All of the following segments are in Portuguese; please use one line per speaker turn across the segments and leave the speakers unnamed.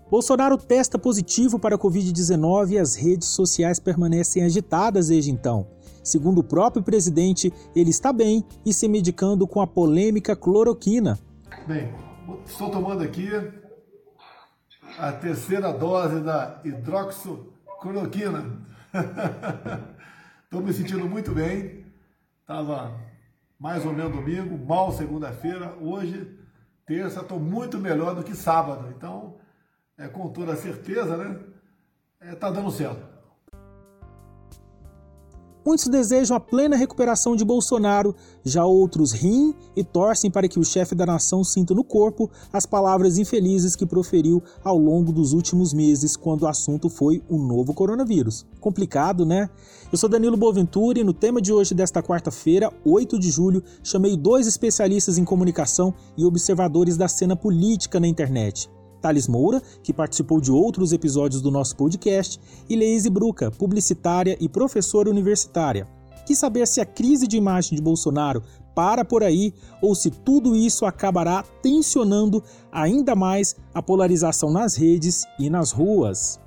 Bolsonaro testa positivo para a Covid-19 e as redes sociais permanecem agitadas desde então. Segundo o próprio presidente, ele está bem e se medicando com a polêmica cloroquina.
Bem, estou tomando aqui a terceira dose da hidroxicloroquina. Estou me sentindo muito bem. Estava mais ou menos domingo, mal segunda-feira. Hoje, terça, estou muito melhor do que sábado. Então, com toda certeza, né? Tá dando certo.
Muitos desejam a plena recuperação de Bolsonaro, já outros riem e torcem para que o chefe da nação sinta no corpo as palavras infelizes que proferiu ao longo dos últimos meses, quando o assunto foi o novo coronavírus. Complicado, né? Eu sou Danilo Boaventura e no tema de hoje desta quarta-feira, 8 de julho, chamei 2 especialistas em comunicação e observadores da cena política na internet. Thales Moura, que participou de outros episódios do nosso podcast, e Leise Bruca, publicitária e professora universitária. Quis saber se a crise de imagem de Bolsonaro para por aí ou se tudo isso acabará tensionando ainda mais a polarização nas redes e nas ruas.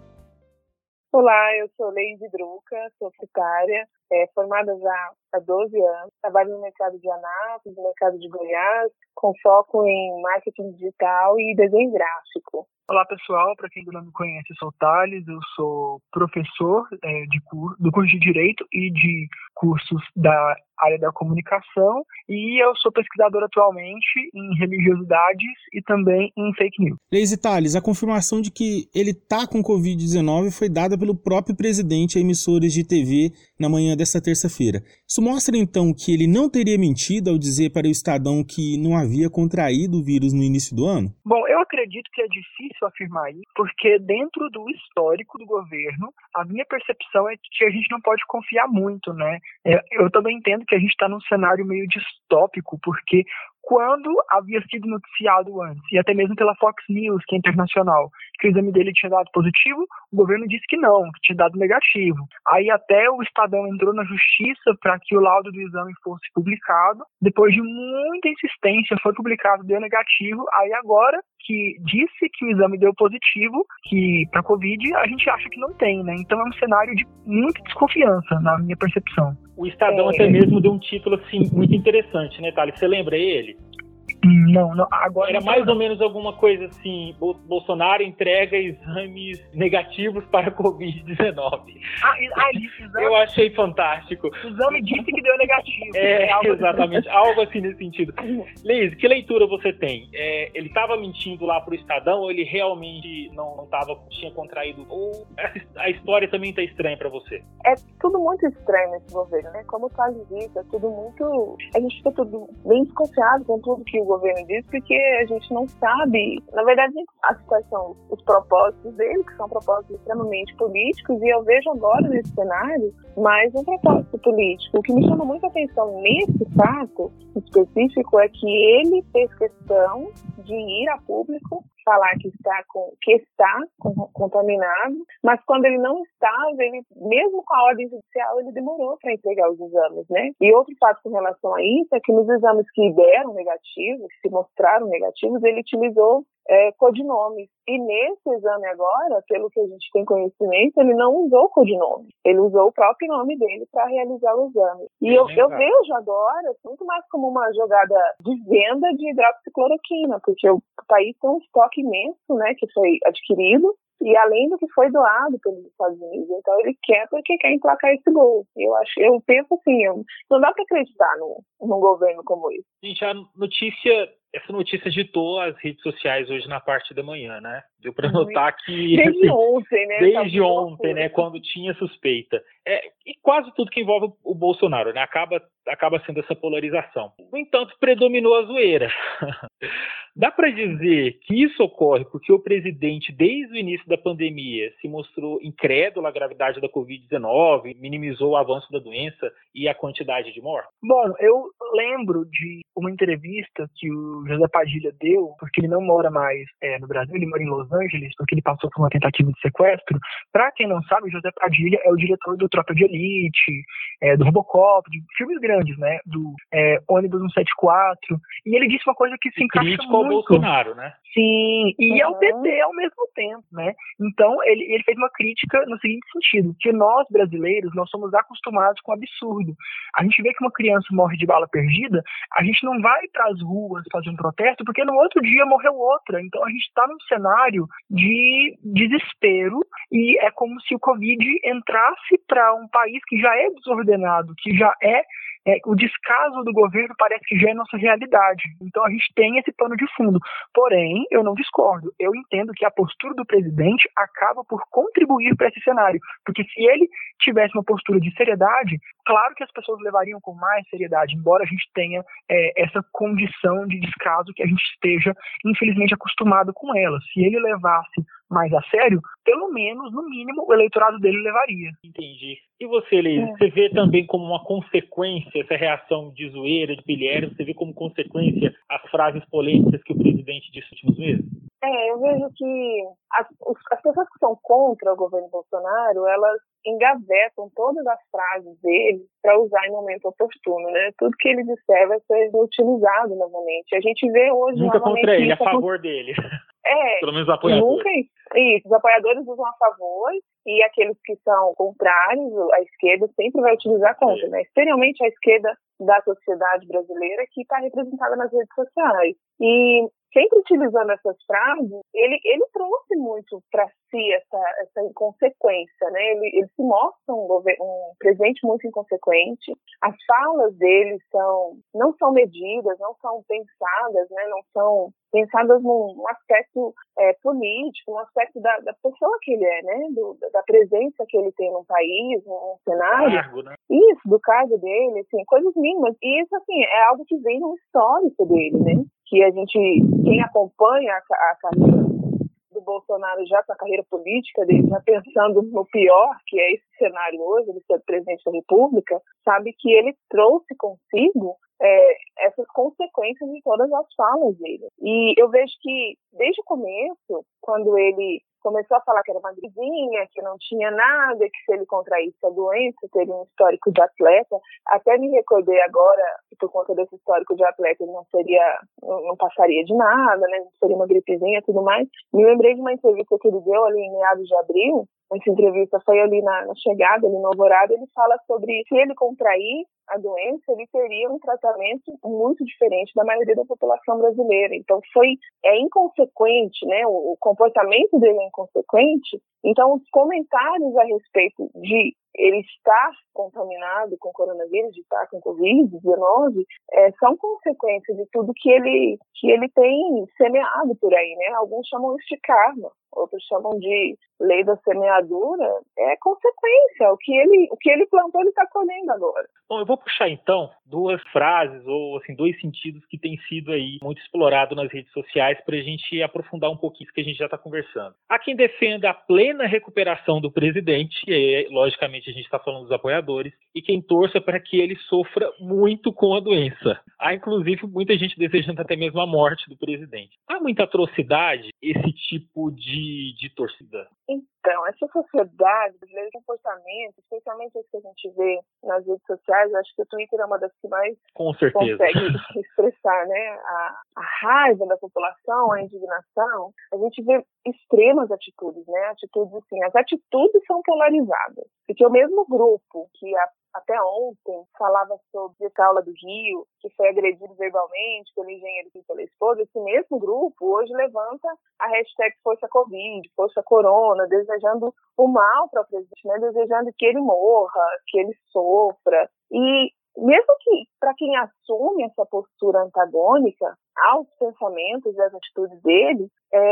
Olá, eu sou Leise Bruca, sou publicitária, formada já há 12 anos. Trabalho no mercado de Anápolis, no mercado de Goiás, com foco em marketing digital e desenho gráfico.
Olá pessoal, para quem ainda não me conhece, eu sou o Thales, eu sou professor do curso de Direito e de cursos da área da comunicação e eu sou pesquisador atualmente em religiosidades e também em fake news.
Leise, Thales, a confirmação de que ele está com Covid-19 foi dada pelo próprio presidente a emissoras de TV na manhã desta terça-feira. Isso mostra então que ele não teria mentido ao dizer para o Estadão que não havia contraído o vírus no início do ano?
Bom, eu acredito que é difícil afirmar isso, porque dentro do histórico do governo, a minha percepção é que a gente não pode confiar muito, né? Eu também entendo que a gente está num cenário meio distópico, porque quando havia sido noticiado antes, e até mesmo pela Fox News, que é internacional, que o exame dele tinha dado positivo, o governo disse que não, que tinha dado negativo. Aí até o Estadão entrou na justiça para que o laudo do exame fosse publicado. Depois de muita insistência, foi publicado, deu negativo. Aí agora que disse que o exame deu positivo, que para Covid, a gente acha que não tem, né? Então é um cenário de muita desconfiança, na minha percepção.
O Estadão até mesmo deu um título assim muito interessante, né, Thales? Você lembra ele?
Não, agora
era mais ou menos alguma coisa assim: Bolsonaro entrega exames negativos para a Covid-19. Eu achei fantástico.
O exame disse que deu negativo.
Exatamente, algo assim nesse sentido. Leise, que leitura você tem? Ele estava mentindo lá para o Estadão ou ele realmente não tinha contraído? Ou a história também está estranha para você?
É tudo muito estranho nesse governo, né? Como o Thales disse, é tudo muito... A gente fica tudo bem desconfiado com tudo que o governo diz, porque a gente não sabe, na verdade, quais são os propósitos dele, que são propósitos extremamente políticos, e eu vejo agora nesse cenário mais um propósito político. O que me chama muita atenção nesse fato específico é que ele fez questão de ir a público falar que está contaminado, mas quando ele não estava, ele, mesmo com a ordem judicial, ele demorou para entregar os exames, né? E outro fato com relação a isso é que nos exames que deram negativos, que se mostraram negativos, ele utilizou codinomes. E nesse exame agora, pelo que a gente tem conhecimento, ele não usou codinome. Ele usou o próprio nome dele para realizar o exame. E eu vejo agora muito mais como uma jogada de venda de hidroxicloroquina, porque o país tem um estoque imenso, né, que foi adquirido, e além do que foi doado pelos Estados Unidos. Então ele quer porque quer emplacar esse gol. Eu penso assim, não dá para acreditar num governo como esse.
Gente, essa notícia agitou as redes sociais hoje na parte da manhã, né? Deu para notar que...
Desde ontem, né?
Desde ontem, né? Quando tinha suspeita. E quase tudo que envolve o Bolsonaro, né? Acaba sendo essa polarização. No entanto, predominou a zoeira. Dá para dizer que isso ocorre porque o presidente, desde o início da pandemia, se mostrou incrédulo à gravidade da Covid-19, minimizou o avanço da doença e a quantidade de mortes?
Bom, eu lembro de uma entrevista que o José Padilha deu, porque ele não mora mais no Brasil, ele mora em Los Angeles, porque ele passou por uma tentativa de sequestro. Para quem não sabe, o José Padilha é o diretor do Tropa de Elite, do Robocop, de filmes grandes, né? Do Ônibus 174. E ele disse uma coisa que se encaixa muito.
ao Bolsonaro, né?
Sim, e ao PT ao mesmo tempo, né? Então, ele fez uma crítica no seguinte sentido, que nós, brasileiros, nós somos acostumados com o absurdo. A gente vê que uma criança morre de bala perdida, a gente não vai para as ruas fazer um protesto, porque no outro dia morreu outra. Então, a gente está num cenário de desespero, e é como se o Covid entrasse para um país que já é desordenado, que já o descaso do governo parece que já é nossa realidade. Então a gente tem esse pano de fundo. Porém, eu não discordo. Eu entendo que a postura do presidente acaba por contribuir para esse cenário. Porque se ele tivesse uma postura de seriedade, claro que as pessoas levariam com mais seriedade, embora a gente tenha essa condição de descaso que a gente esteja, infelizmente, acostumado com ela. Se ele levasse mais a sério, pelo menos, no mínimo, o eleitorado dele levaria.
Entendi. E você, Leila, você vê também como uma consequência essa reação de zoeira, de pilhério, você vê como consequência as frases polêmicas que o presidente disse nos últimos meses?
Eu vejo que as pessoas que são contra o governo Bolsonaro, elas engavetam todas as frases dele para usar em momento oportuno, né? Tudo que ele disser vai ser utilizado novamente. A gente vê hoje
nunca contra ele, a favor dele. Pelo menos apoiadores.
Nunca isso. Os apoiadores usam a favor e aqueles que são contrários, a esquerda sempre vai utilizar contra, né? Especialmente a esquerda da sociedade brasileira que está representada nas redes sociais. E sempre utilizando essas frases, ele trouxe muito para si essa inconsequência, né? Ele se mostra um presidente muito inconsequente. As falas dele não são medidas, não são pensadas, né? Não são pensadas num aspecto político, um aspecto da pessoa que ele é, né? Da presença que ele tem no país, num cenário.
Cargo, né?
Isso, do cargo dele, assim, coisas mínimas. E isso, assim, é algo que vem no histórico dele, né? Que quem acompanha a carreira do Bolsonaro já com a carreira política dele, já pensando no pior, que é esse cenário hoje, ele ser presidente da República, sabe que ele trouxe consigo essas consequências de todas as falas dele. E eu vejo que, desde o começo, quando ele começou a falar que era uma gripezinha, que não tinha nada, que se ele contraísse a doença, teria um histórico de atleta. Até me recordei agora que, por conta desse histórico de atleta, ele não passaria de nada, né? Seria uma gripezinha e tudo mais. Me lembrei de uma entrevista que ele deu ali em meados de abril. Essa entrevista foi ali na chegada, ali no Alvorada. Ele fala sobre se ele contrair a doença, ele teria um tratamento muito diferente da maioria da população brasileira. Então, é inconsequente, né? O comportamento dele é inconsequente. Então, os comentários a respeito de ele estar contaminado com coronavírus, de estar com Covid-19, são consequências de tudo que ele tem semeado por aí, né? Alguns chamam isso de karma, outros chamam de lei da semeadura. É consequência, o que ele plantou, ele está colhendo agora.
Bom, eu vou puxar então duas frases ou assim, dois sentidos que têm sido aí muito explorados nas redes sociais para a gente aprofundar um pouquinho isso que a gente já está conversando. Há quem defenda a plena recuperação do presidente, e logicamente a gente está falando dos apoiadores, e quem torça para que ele sofra muito com a doença. Há inclusive muita gente desejando até mesmo a morte do presidente. Há muita atrocidade esse tipo de torcida?
Então, essa sociedade, esse comportamento, especialmente esse que a gente vê nas redes sociais, eu acho que o Twitter é uma das que mais consegue expressar, né, a raiva da população, a indignação. A gente vê extremas atitudes, né, atitudes assim, as atitudes são polarizadas, porque o mesmo grupo que até ontem falava sobre a aula do Rio, que foi agredido verbalmente pelo engenheiro e pela esposa, esse mesmo grupo hoje levanta a hashtag Força Covid, Força Corona, desejando o mal para o presidente, né? Desejando que ele morra, que ele sofra. E mesmo que para quem assume essa postura antagônica aos pensamentos e às atitudes dele,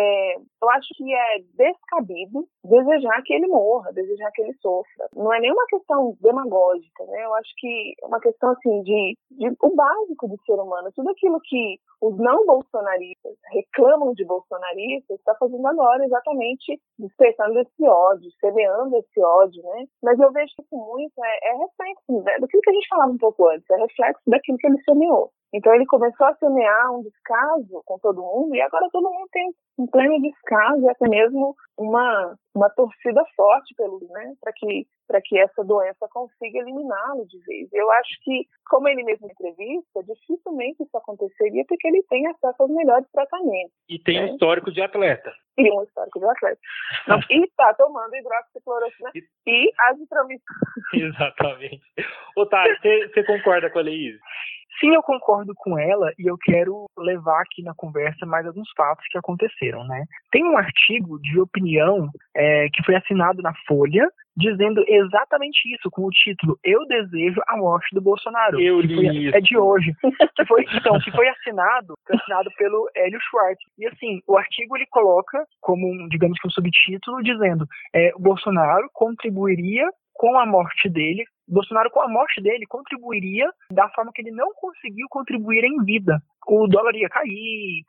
eu acho que é descabido desejar que ele morra, desejar que ele sofra. Não é nenhuma questão demagógica, né? Eu acho que é uma questão assim de o básico do ser humano. Tudo aquilo que os não bolsonaristas reclamam de bolsonaristas está fazendo agora exatamente despertando esse ódio, semeando esse ódio, né? Mas eu vejo que isso muito é reflexo, né, do que a gente falava um pouco antes, é reflexo daquilo que ele semeou. Então ele começou a semear um descaso com todo mundo, e agora todo mundo tem um pleno descaso e até mesmo uma torcida forte pelos, né, para que essa doença consiga eliminá-lo de vez. Eu acho que, como ele mesmo entrevista, dificilmente isso aconteceria porque ele tem acesso aos melhores tratamentos.
E tem um histórico de atleta.
E um histórico de atleta. E está tomando hidroxicloroquina e azitromicina.
Exatamente. Otário, você concorda com a Leíse?
Sim, eu concordo com ela e eu quero levar aqui na conversa mais alguns fatos que aconteceram, né? Tem um artigo de opinião que foi assinado na Folha dizendo exatamente isso, com o título "Eu desejo a morte do Bolsonaro".
Eu li isso.
É de hoje. Que foi assinado pelo Hélio Schwartz. E assim, o artigo ele coloca como, digamos que um subtítulo, dizendo o Bolsonaro contribuiria com a morte dele. Bolsonaro, com a morte dele, contribuiria da forma que ele não conseguiu contribuir em vida. O dólar ia cair,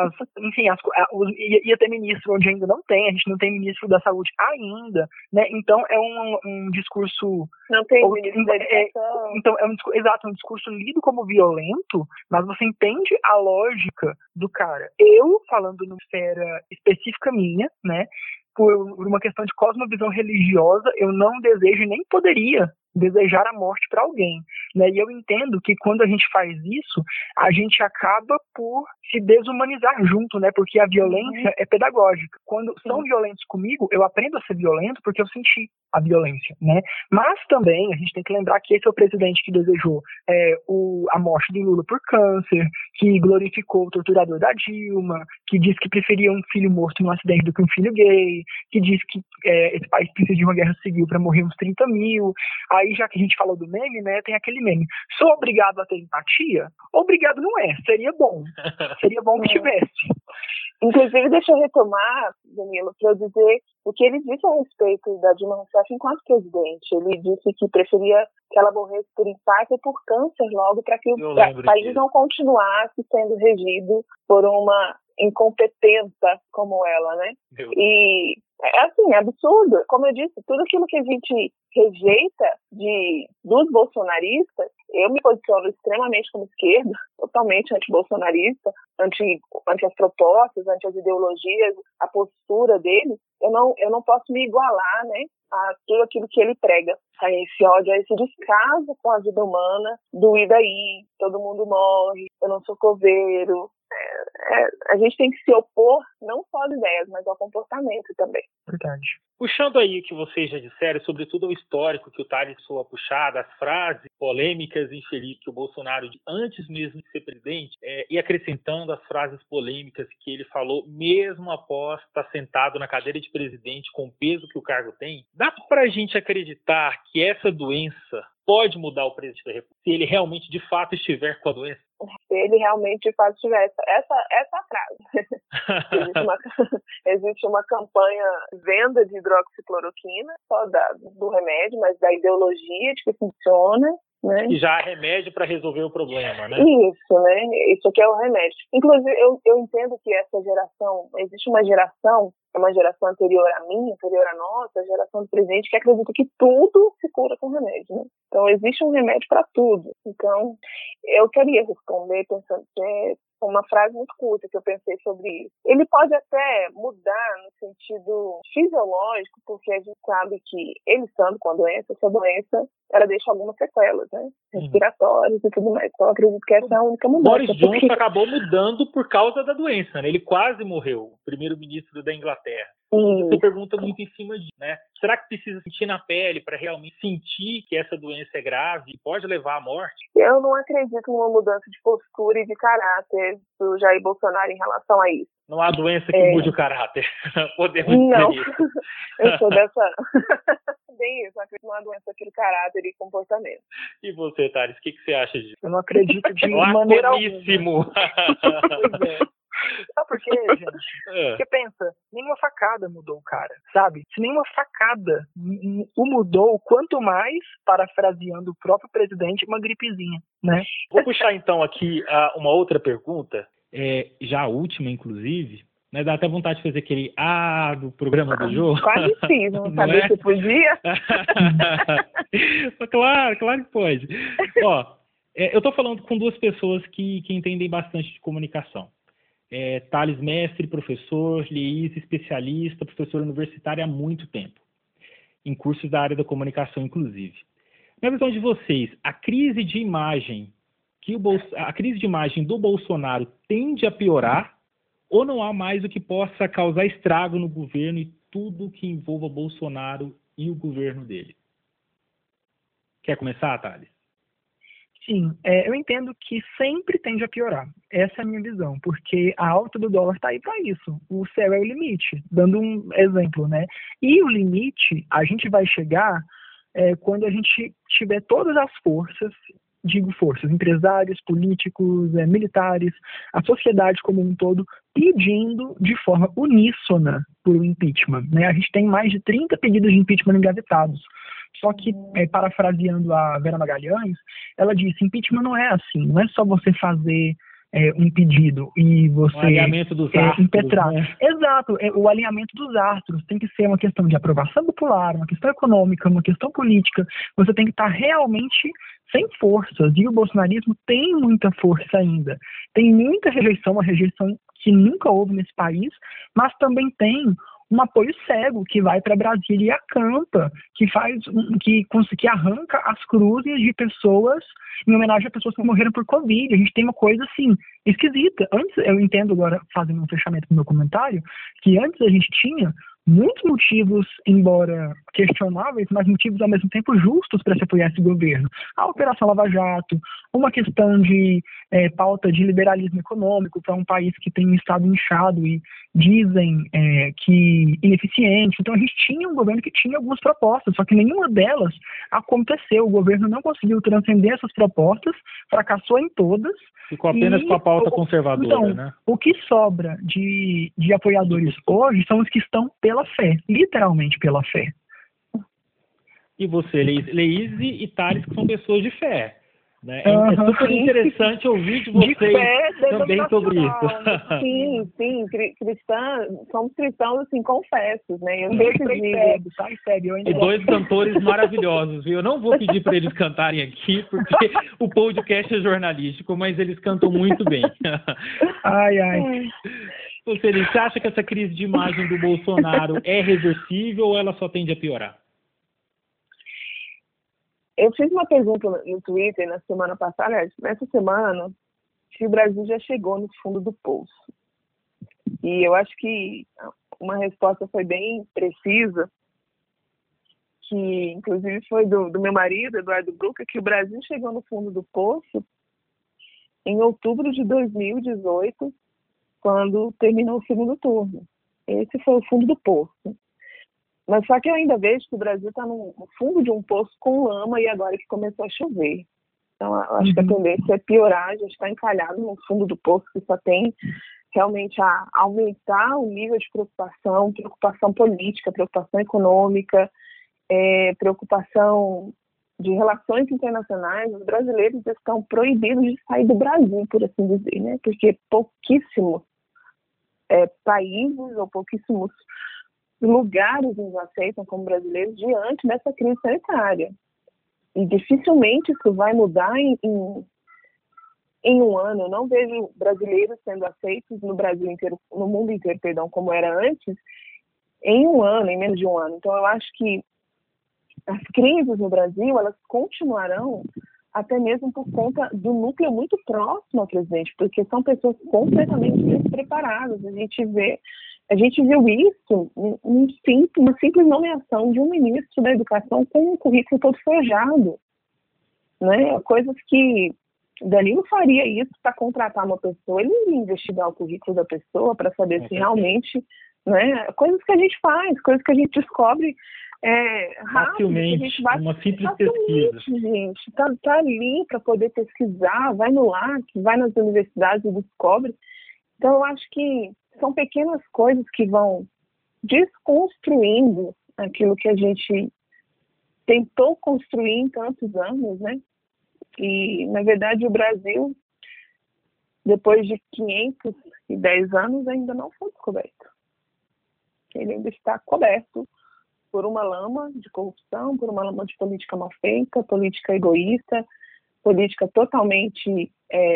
ia ter ministro onde ainda não tem, a gente não tem ministro da saúde ainda, né? Então é um discurso...
Não tem ministro da educação.
Então é um discurso lido como violento, mas você entende a lógica do cara. Eu, falando numa esfera específica minha, né? Por uma questão de cosmovisão religiosa, eu não desejo e nem poderia desejar a morte para alguém, né? E eu entendo que quando a gente faz isso, a gente acaba por se desumanizar junto, né? Porque a violência é pedagógica. Quando são violentos comigo, eu aprendo a ser violento porque eu senti a violência, né? Mas também a gente tem que lembrar que esse é o presidente que desejou a morte de Lula por câncer, que glorificou o torturador da Dilma, que disse que preferia um filho morto num acidente do que um filho gay, que disse que esse país precisa de uma guerra civil para morrer uns 30 mil. Aí, já que a gente falou do meme, né, tem aquele meme. Sou obrigado a ter empatia? Obrigado não é. Seria bom. Seria bom que tivesse.
Inclusive, deixa eu retomar, Danilo, para eu dizer o que ele disse a respeito da Dilma Rousseff enquanto presidente. Ele disse que preferia que ela morresse por infarto ou por câncer logo, para que o país não continuasse sendo regido por uma incompetenta como ela, né? E é assim, é absurdo. Como eu disse, tudo aquilo que a gente rejeita dos bolsonaristas, eu me posiciono extremamente como esquerda, totalmente anti-bolsonarista, anti as propostas, anti as ideologias, a postura dele. Eu não posso me igualar, né, a tudo aquilo que ele prega, a esse ódio, a esse descaso com a vida humana, do e daí, todo mundo morre, eu não sou coveiro. A gente tem que se opor não só às ideias, mas ao comportamento também.
Verdade.
Puxando aí o que vocês já disseram, sobretudo o histórico que o Thales soa puxar, das frases polêmicas e infelizes que o Bolsonaro, antes mesmo de ser presidente, e acrescentando as frases polêmicas que ele falou, mesmo após estar sentado na cadeira de presidente, com o peso que o cargo tem, dá pra gente acreditar que essa doença pode mudar o presidente da República, se ele realmente, de fato, estiver com a doença?
Se ele realmente, de fato, tiver essa frase. Existe uma campanha de venda de hidroxicloroquina, só do remédio, mas da ideologia de que funciona, né?
E já há remédio para resolver o problema, né?
Isso, né? Isso aqui é o remédio. Inclusive, eu entendo que essa geração, existe uma geração anterior a mim, anterior a nossa, a geração do presidente, que acredita que tudo se cura com remédio, né? Então, existe um remédio para tudo. Então, eu queria responder pensando uma frase muito curta que eu pensei sobre isso. Ele pode até mudar no sentido fisiológico, porque a gente sabe que ele estando com a doença, essa doença, ela deixa algumas sequelas, né? Respiratórias e tudo mais. Então, eu acredito que essa é a única mudança.
Boris Johnson acabou mudando por causa da doença, né? Ele quase morreu, o primeiro-ministro da Inglaterra. Você pergunta muito em cima disso, né? Será que precisa sentir na pele para realmente sentir que essa doença é grave e pode levar à morte?
Eu não acredito numa mudança de postura e de caráter do Jair Bolsonaro em relação a isso.
Não há doença que mude o caráter. Podemos
não.
dizer isso.
Eu sou dessa... Bem isso, não acredito numa doença de caráter e comportamento.
E você, Thales, o que você acha disso?
Eu não acredito de maneira alguma.
Pois é.
Sabe por quê, gente? Porque pensa, nenhuma facada mudou o cara, sabe? Se nenhuma facada o mudou, quanto mais, parafraseando o próprio presidente, uma gripezinha, né?
Vou puxar então aqui uma outra pergunta, já a última, inclusive, né? Dá até vontade de fazer aquele do programa do jogo.
Quase fiz, não sabia se podia.
Claro que pode. Ó, Eu estou falando com duas pessoas que entendem bastante de comunicação. Thales, mestre, professor, Leís, especialista, professor universitário há muito tempo, em cursos da área da comunicação, inclusive. Na visão de vocês, a crise de imagem do Bolsonaro tende a piorar ou não há mais o que possa causar estrago no governo e tudo que envolva Bolsonaro e o governo dele? Quer começar, Thales?
Sim, eu entendo que sempre tende a piorar. Essa é a minha visão, porque a alta do dólar está aí para isso. O céu é o limite, dando um exemplo, né? E o limite a gente vai chegar quando a gente tiver todas as forças, digo forças, empresários, políticos, militares, a sociedade como um todo, pedindo de forma uníssona por um impeachment, né? A gente tem mais de 30 pedidos de impeachment engavetados. Só que, parafraseando a Vera Magalhães, ela disse, impeachment não é assim, não é só você fazer um pedido e você... O
alinhamento dos astros,
impetrar.
Né?
Exato, o alinhamento dos astros tem que ser uma questão de aprovação popular, uma questão econômica, uma questão política. Você tem que estar realmente sem forças, e o bolsonarismo tem muita força ainda. Tem muita rejeição, uma rejeição que nunca houve nesse país, mas também tem um apoio cego que vai para Brasília e acampa, que arranca as cruzes de pessoas em homenagem a pessoas que morreram por Covid. A gente tem uma coisa assim esquisita. Antes, eu entendo agora, fazendo um fechamento do meu comentário, que antes a gente tinha muitos motivos, embora questionáveis, mas motivos ao mesmo tempo justos para se apoiar esse governo. A Operação Lava Jato, uma questão de pauta de liberalismo econômico para um país que tem um estado inchado e dizem que ineficiente. Então a gente tinha um governo que tinha algumas propostas, só que nenhuma delas aconteceu. O governo não conseguiu transcender essas propostas, fracassou em todas.
Ficou apenas com a pauta conservadora,
então,
né?
O que sobra de apoiadores hoje são os que estão pela fé, literalmente pela fé.
E você, Leís e Thales, que são pessoas de fé. Né? É super interessante ouvir de vocês também sobre isso.
Sim, somos cristãos assim, confessos, né?
E dois cantores maravilhosos, viu? Eu não vou pedir para eles cantarem aqui, porque o podcast é jornalístico, mas eles cantam muito bem.
Ai.
Você acha que essa crise de imagem do Bolsonaro é reversível ou ela só tende a piorar?
Eu fiz uma pergunta no Twitter na semana passada, nessa semana, se o Brasil já chegou no fundo do poço. E eu acho que uma resposta foi bem precisa, que inclusive foi do meu marido, Eduardo Bruca, que o Brasil chegou no fundo do poço em outubro de 2018, quando terminou o segundo turno. Esse foi o fundo do poço. Mas só que eu ainda vejo que o Brasil está no fundo de um poço com lama e agora que começou a chover. Então, eu acho que a tendência é piorar, a gente está encalhado no fundo do poço que só tem realmente a aumentar o nível de preocupação política, preocupação econômica, preocupação de relações internacionais. Os brasileiros estão proibidos de sair do Brasil, por assim dizer, né? Porque pouquíssimos países ou pouquíssimos lugares nos aceitam como brasileiros diante dessa crise sanitária. E dificilmente isso vai mudar em um ano. Eu não vejo brasileiros sendo aceitos no Brasil inteiro, no mundo inteiro, como era antes, em um ano, em menos de um ano. Então eu acho que as crises no Brasil, elas continuarão até mesmo por conta do núcleo muito próximo ao presidente, porque são pessoas completamente despreparadas. A gente viu isso uma simples nomeação de um ministro da Educação com um currículo todo forjado. Né? Coisas que Danilo faria isso para contratar uma pessoa, ele ia investigar o currículo da pessoa para saber se realmente... Né? Coisas que a gente faz, coisas que a gente descobre
facilmente, uma simples pesquisa.
Gente, tá ali para poder pesquisar, vai no LAC, vai nas universidades e descobre. Então, eu acho que são pequenas coisas que vão desconstruindo aquilo que a gente tentou construir em tantos anos, né? E, na verdade, o Brasil, depois de 510 anos, ainda não foi descoberto. Ele ainda está coberto por uma lama de corrupção, por uma lama de política mal feita, política egoísta, política totalmente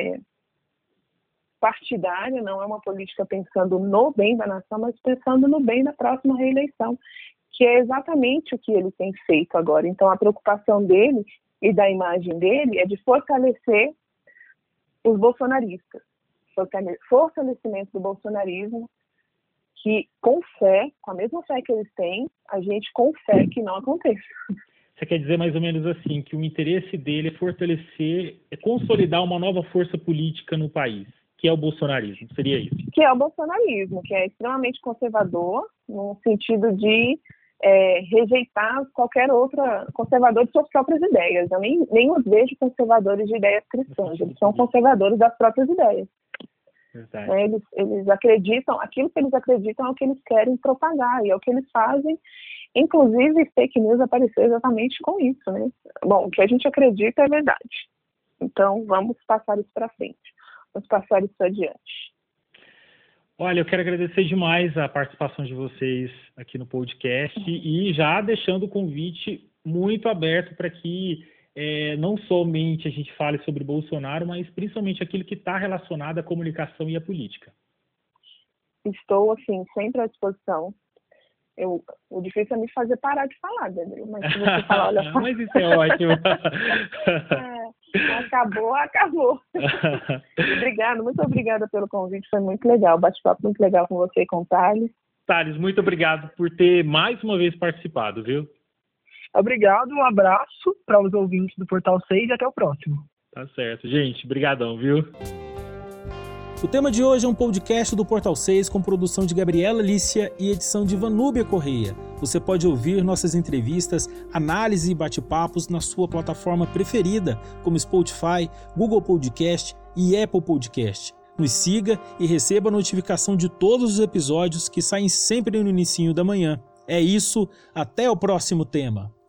partidária, não é uma política pensando no bem da nação, mas pensando no bem da próxima reeleição, que é exatamente o que ele tem feito agora. Então, a preocupação dele e da imagem dele é de fortalecer os bolsonaristas, fortalecimento do bolsonarismo, que com fé, com a mesma fé que eles têm, a gente com fé que não aconteça.
Você quer dizer mais ou menos assim, que o interesse dele é fortalecer, é consolidar uma nova força política no país, que é o bolsonarismo, seria isso? Que é o bolsonarismo,
que é extremamente conservador, no sentido de rejeitar qualquer outra conservador de suas próprias ideias. Eu nem os vejo conservadores de ideias cristãs, eles são conservadores das próprias ideias. Eles acreditam, aquilo que eles acreditam é o que eles querem propagar, e é o que eles fazem. Inclusive, fake news apareceu exatamente com isso, né? Bom, o que a gente acredita é verdade. Então, vamos passar isso para frente. Vamos passar isso adiante.
Olha, eu quero agradecer demais a participação de vocês aqui no podcast e já deixando o convite muito aberto para que não somente a gente fale sobre Bolsonaro, mas principalmente aquilo que está relacionado à comunicação e à política.
Estou, assim, sempre à disposição. O difícil é me fazer parar de falar, Daniel. Mas se você falar, olha...
Mas isso é ótimo.
Acabou. Obrigada, muito obrigada pelo convite, foi muito legal. Bate-papo muito legal com você e com o Thales.
Thales, muito obrigado por ter mais uma vez participado, viu?
Obrigado, um abraço para os ouvintes do Portal 6 e até o próximo.
Tá certo, gente. Brigadão, viu?
O tema de hoje é um podcast do Portal 6 com produção de Gabriela Lícia e edição de Vanúbia Correia. Você pode ouvir nossas entrevistas, análise e bate-papos na sua plataforma preferida, como Spotify, Google Podcast e Apple Podcast. Nos siga e receba a notificação de todos os episódios que saem sempre no inicinho da manhã. É isso, até o próximo tema.